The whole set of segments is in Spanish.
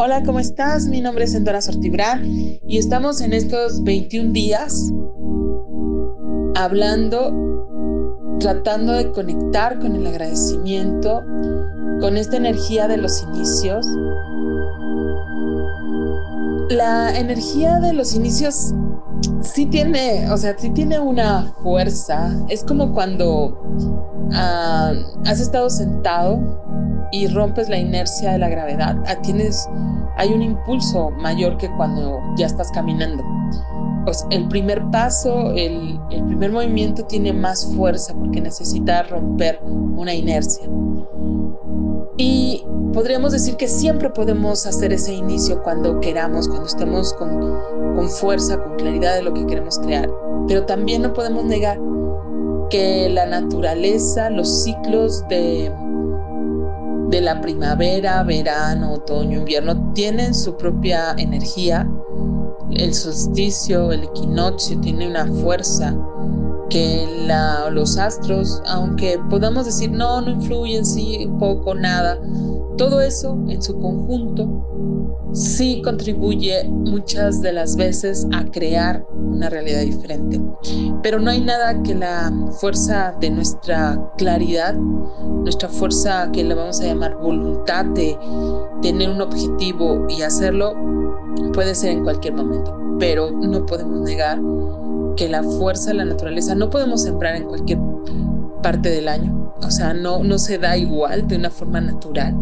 Hola, ¿cómo estás? Mi nombre es Endora Sortibrán y estamos en estos 21 días hablando, tratando de conectar con el agradecimiento, con esta energía de los inicios. La energía de los inicios sí tiene una fuerza. Es como cuando has estado sentado y rompes la inercia de la gravedad. Hay un impulso mayor que cuando ya estás caminando. Pues el primer paso, el primer movimiento tiene más fuerza porque necesita romper una inercia. Y podríamos decir que siempre podemos hacer ese inicio cuando queramos, cuando estemos con fuerza, con claridad de lo que queremos crear. Pero también no podemos negar que la naturaleza, los ciclos de la primavera, verano, otoño, invierno, tienen su propia energía. El solsticio, el equinoccio tiene una fuerza que los astros, aunque podamos decir no influyen, sí, poco, nada, todo eso en su conjunto sí contribuye muchas de las veces a crear una realidad diferente. Pero no hay nada que la fuerza de nuestra claridad, nuestra fuerza que la vamos a llamar voluntad de tener un objetivo y hacerlo, puede ser en cualquier momento. Pero no podemos negar que la fuerza de la naturaleza no podemos sembrar en cualquier parte del año. O sea, no se da igual de una forma natural.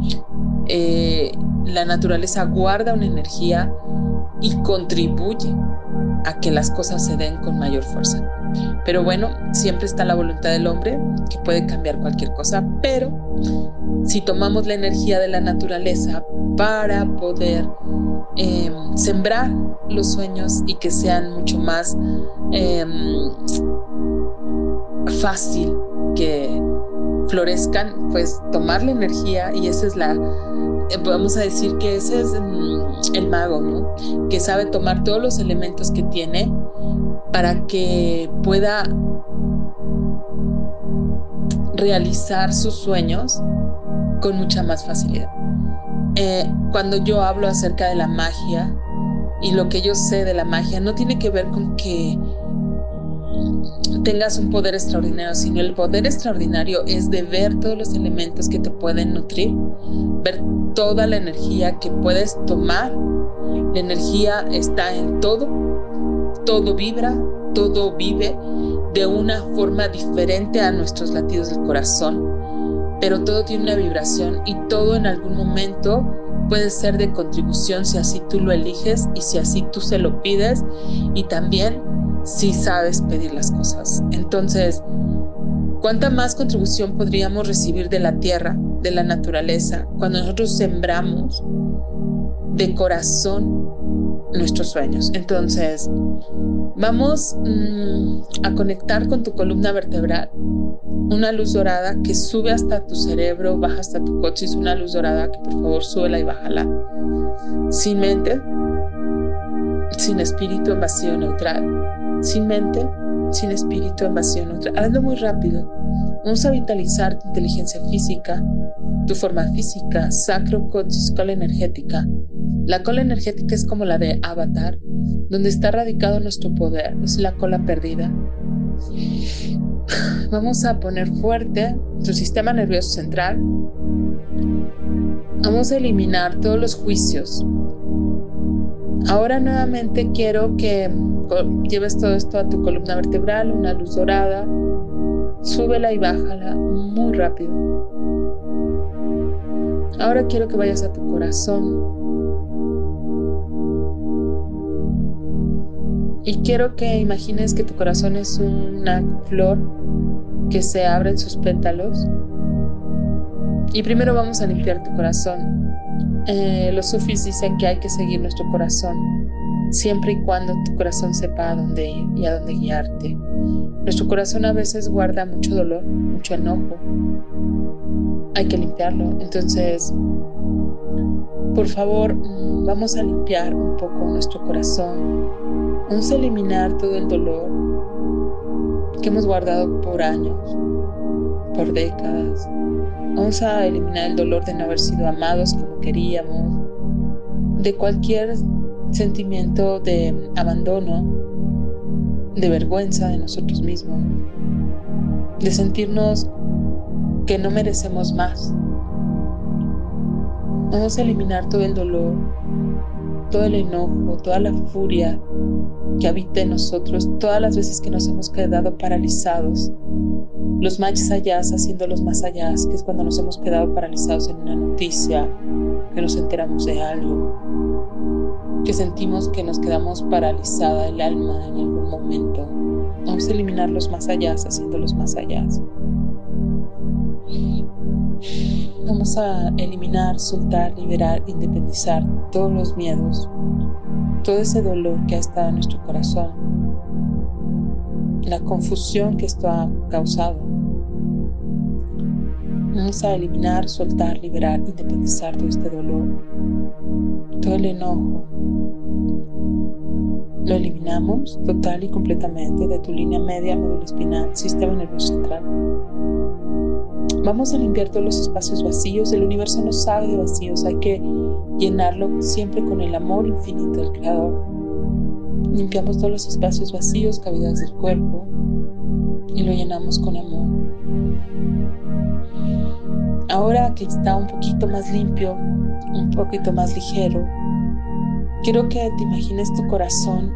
La naturaleza guarda una energía y contribuye a que las cosas se den con mayor fuerza. Pero bueno, siempre está la voluntad del hombre que puede cambiar cualquier cosa, pero si tomamos la energía de la naturaleza para poder sembrar los sueños y que sean mucho más fácil que florezcan, pues tomar la energía, y esa es vamos a decir que ese es el mago, ¿no? Que sabe tomar todos los elementos que tiene para que pueda realizar sus sueños con mucha más facilidad. Cuando yo hablo acerca de la magia y lo que yo sé de la magia, no tiene que ver con que tengas un poder extraordinario, sino el poder extraordinario es de ver todos los elementos que te pueden nutrir, ver toda la energía que puedes tomar. La energía está en todo vibra, todo vive de una forma diferente a nuestros latidos del corazón, pero todo tiene una vibración y todo en algún momento puede ser de contribución si así tú lo eliges y si así tú se lo pides, y también si sabes pedir las cosas. Entonces, ¿cuánta más contribución podríamos recibir de la tierra, de la naturaleza, cuando nosotros sembramos de corazón nuestros sueños? Entonces, vamos a conectar con tu columna vertebral, una luz dorada que sube hasta tu cerebro, baja hasta tu coxis, una luz dorada que por favor súbela y bájala, sin mente, sin espíritu, en vacío neutral, sin mente, sin espíritu, en vacío neutral. Hazlo muy rápido. Vamos a vitalizar tu inteligencia física, tu forma física, sacro, coxis, cola energética. La cola energética es como la de Avatar, donde está radicado nuestro poder, es la cola perdida. Vamos a poner fuerte tu sistema nervioso central. Vamos a eliminar todos los juicios. Ahora nuevamente quiero que lleves todo esto a tu columna vertebral, una luz dorada. Súbela y bájala muy rápido. Ahora quiero que vayas a tu corazón. Y quiero que imagines que tu corazón es una flor que se abre en sus pétalos. Y primero vamos a limpiar tu corazón. Los sufis dicen que hay que seguir nuestro corazón, siempre y cuando tu corazón sepa a dónde ir y a dónde guiarte. Nuestro corazón a veces guarda mucho dolor, mucho enojo. Hay que limpiarlo. Entonces, por favor, vamos a limpiar un poco nuestro corazón. Vamos a eliminar todo el dolor que hemos guardado por años, por décadas. Vamos a eliminar el dolor de no haber sido amados como queríamos, de cualquier sentimiento de abandono, de vergüenza de nosotros mismos, de sentirnos que no merecemos más. Vamos a eliminar todo el dolor, todo el enojo, toda la furia que habita en nosotros, todas las veces que nos hemos quedado paralizados, los más allá haciendo los más allá, que es cuando nos hemos quedado paralizados en una noticia, que nos enteramos de algo, que sentimos que nos quedamos paralizada el alma en algún momento. Vamos a eliminar los más allá haciendo los más allá. Vamos a eliminar, soltar, liberar, independizar todos los miedos, todo ese dolor que ha estado en nuestro corazón, la confusión que esto ha causado. Vamos a eliminar, soltar, liberar, independizar todo este dolor, todo el enojo. Lo eliminamos total y completamente de tu línea media, médula espinal, sistema nervioso central. Vamos a limpiar todos los espacios vacíos. El universo no sabe de vacíos, hay que llenarlo siempre con el amor infinito del Creador. Limpiamos todos los espacios vacíos, cavidades del cuerpo, y lo llenamos con amor. Ahora que está un poquito más limpio, un poquito más ligero, quiero que te imagines tu corazón,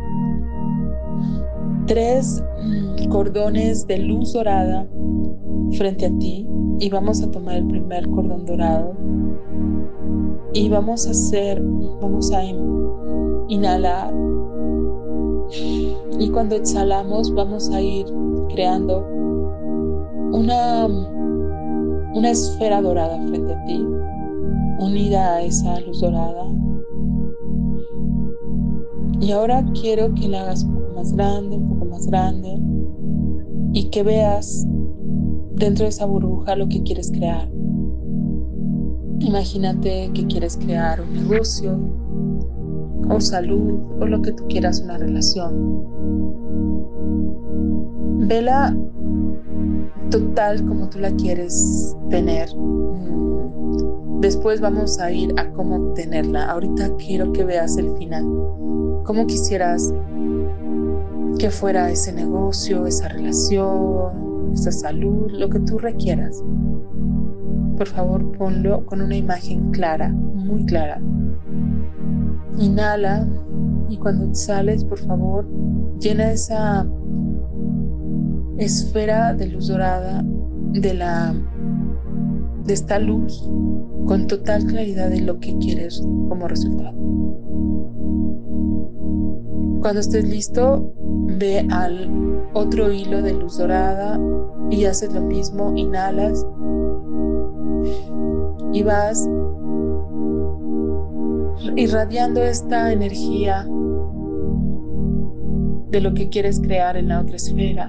3 cordones de luz dorada frente a ti, y vamos a tomar el primer cordón dorado y vamos a inhalar, y cuando exhalamos vamos a ir creando una esfera dorada frente a ti, unida a esa luz dorada. Y ahora quiero que la hagas un poco más grande, y que veas dentro de esa burbuja lo que quieres crear. Imagínate que quieres crear un negocio, o salud, o lo que tú quieras, una relación. Vela total como tú la quieres tener. Después vamos a ir a cómo obtenerla. Ahorita quiero que veas el final. ¿Cómo quisieras que fuera ese negocio, esa relación, esa salud, lo que tú requieras? Por favor, ponlo con una imagen clara, muy clara. Inhala, y cuando exhales, por favor, llena esa esfera de luz dorada de esta luz con total claridad de lo que quieres como resultado. Cuando estés listo, ve al otro hilo de luz dorada y haces lo mismo. Inhalas y vas irradiando esta energía de lo que quieres crear en la otra esfera.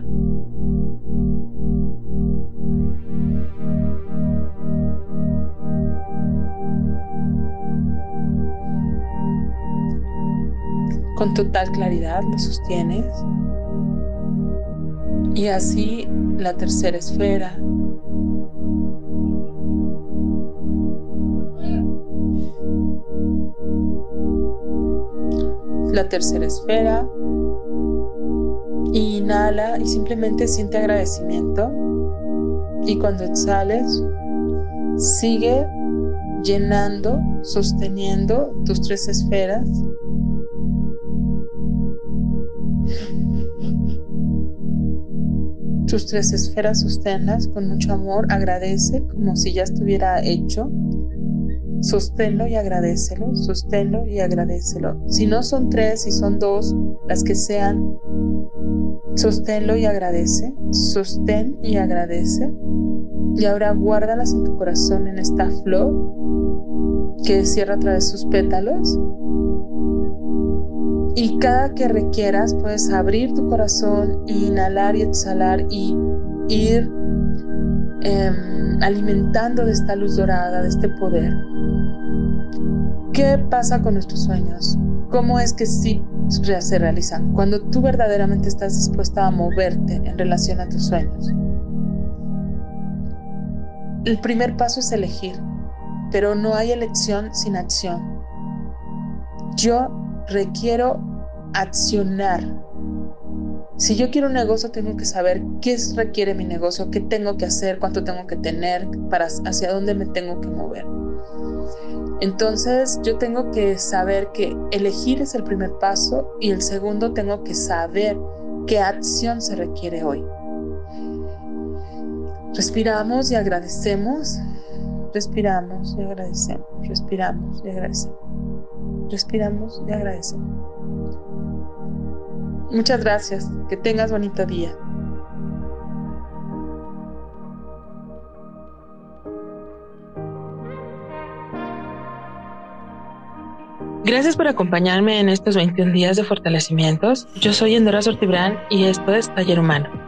Con total claridad lo sostienes. Y así la tercera esfera. La tercera esfera. Inhala y simplemente siente agradecimiento. Y cuando exhales, sigue llenando, sosteniendo tus 3 esferas. Tus 3 esferas, sosténlas con mucho amor. Agradece como si ya estuviera hecho. Sosténlo y agradécelo, sosténlo y agradécelo. Si no son 3, si son 2, las que sean, sosténlo y agradece, sostén y agradece. Y ahora guárdalas en tu corazón, en esta flor que cierra a través de sus pétalos. Y cada que requieras puedes abrir tu corazón, inhalar y exhalar, y ir alimentando de esta luz dorada, de este poder. ¿Qué pasa con nuestros sueños? ¿Cómo es que sí se realizan? Cuando tú verdaderamente estás dispuesta a moverte en relación a tus sueños. El primer paso es elegir, pero no hay elección sin acción. yo requiero accionar. Si yo quiero un negocio, tengo que saber qué requiere mi negocio, qué tengo que hacer, cuánto tengo que tener, hacia dónde me tengo que mover. Entonces, yo tengo que saber que elegir es el primer paso y el segundo, tengo que saber qué acción se requiere hoy. Respiramos y agradecemos. Respiramos y agradecemos. Respiramos y agradecemos. Respiramos y agradecemos. Muchas gracias. Que tengas bonito día. Gracias por acompañarme en estos 21 días de fortalecimientos. Yo soy Endora Sortibrán y esto es Taller Humano.